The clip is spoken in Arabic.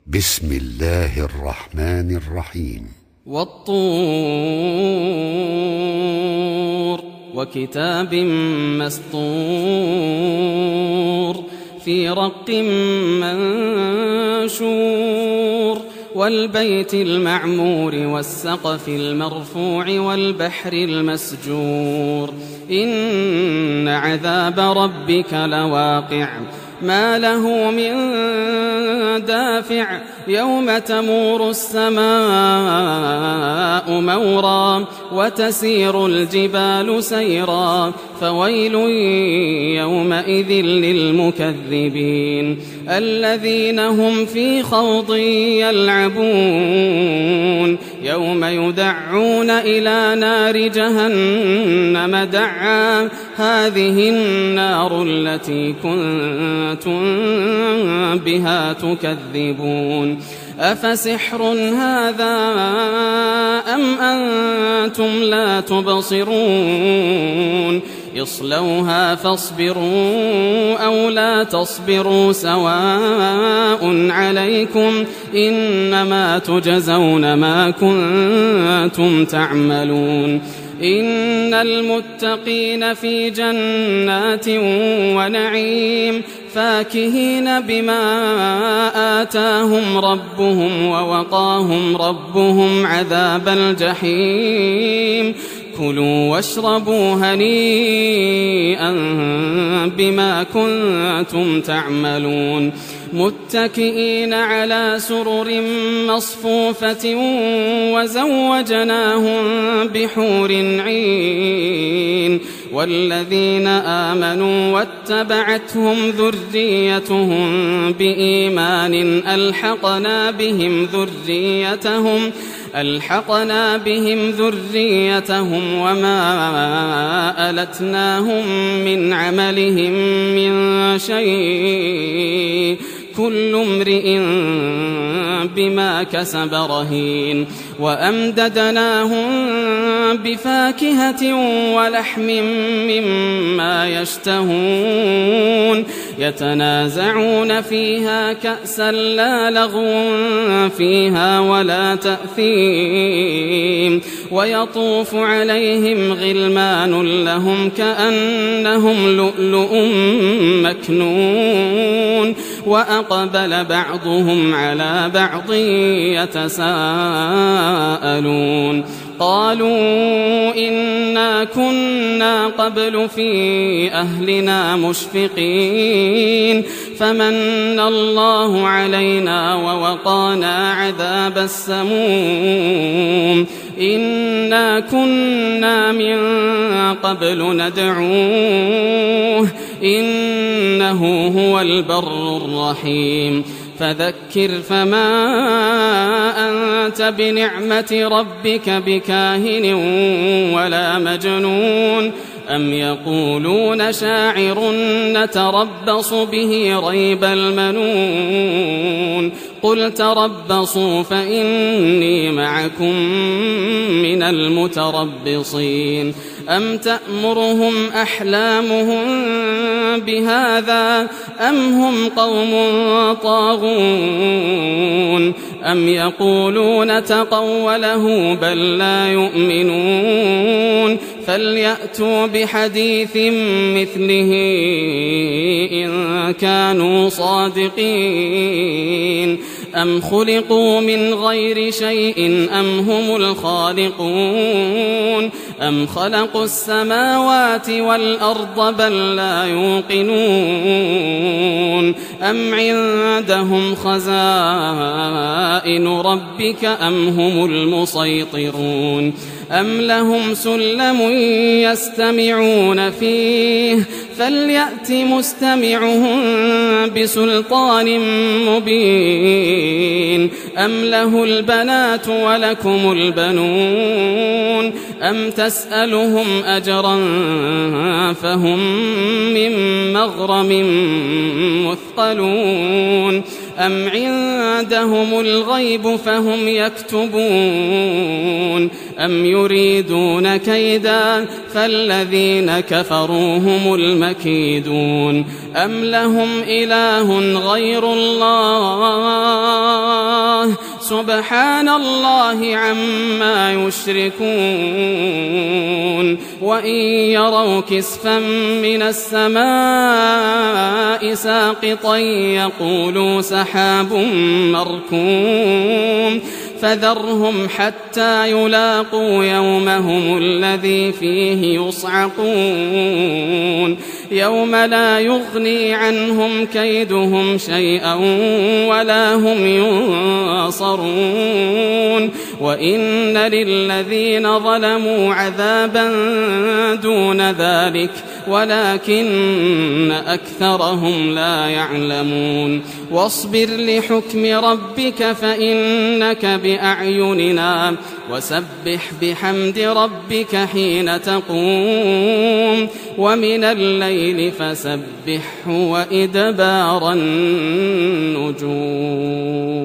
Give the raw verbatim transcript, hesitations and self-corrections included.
بسم الله الرحمن الرحيم. والطور وكتاب مسطور في رق منشور والبيت المعمور والسقف المرفوع والبحر المسجور إن عذاب ربك لواقع ما له من دافع يوم تمور السماء مورا وتسير الجبال سيرا فويل يومئذ للمكذبين الذين هم في خوض يلعبون يوم يدعون إلى نار جهنم دعا هذه النار التي كنتم بها تكذبون أفسحر هذا أم أنتم لا تبصرون اصلوها فاصبروا أو لا تصبروا سواء عليكم إنما تجزون ما كنتم تعملون إن المتقين في جنات ونعيم فاكهين بما آتاهم ربهم ووقاهم ربهم عذاب الجحيم كلوا واشربوا هنيئا بما كنتم تعملون متكئين على سرر مصفوفة وزوجناهم بحور عين والذين آمنوا واتبعتهم ذريتهم بإيمان ألحقنا بهم ذريتهم ألحقنا بهم ذريتهم وما ألتناهم من عملهم من شيء كل امرئ بما كسب رهين وأمددناهم بفاكهة ولحم مما يشتهون يتنازعون فيها كأسا لا لغو فيها ولا تأثيم ويطوف عليهم غلمان لهم كأنهم لؤلؤ مكنون وأقبل بعضهم على بعض يتساءلون قالوا إنا كنا قبل في أهلنا مشفقين فمن الله علينا ووقانا عذاب السموم إنا كنا من قبل ندعوه إنه هو البر الرحيم فذكر فما أنت بنعمة ربك بكاهن ولا مجنون أم يقولون شاعر نتربص به ريب المنون قل تربصوا فإني معكم من المتربصين أم تأمرهم أحلامهم بهذا أم هم قوم طاغون أم يقولون تقوله بل لا يؤمنون فليأتوا بحديث مثله إن كانوا صادقين أم خلقوا من غير شيء أم هم الخالقون أم خلقوا السماوات والأرض بل لا يوقنون أم عندهم خزائن ربك أم هم المسيطرون أم لهم سلم يستمعون فيه فليأت مستمعهم بسلطان مبين أم له البنات ولكم البنون أم تسألهم أجرا فهم من مغرم مثقلون أم عندهم الغيب فهم يكتبون أم يريدون كيدا فالذين كفروا هم المكيدون أم لهم إله غير الله سبحان الله عما يشركون وإن يروا كسفا من السماء ساقطا يقولوا سحاب مركوم فذرهم حتى يلاقوا يومهم الذي فيه يصعقون يوم لا يغني عنهم كيدهم شيئا ولا هم ينصرون وإن للذين ظلموا عذابا دون ذلك ولكن أكثرهم لا يعلمون واصبر لحكم ربك فإنك بأعيننا وسبح بحمد ربك حين تقوم ومن الليل فسبحه وإدبار النجوم.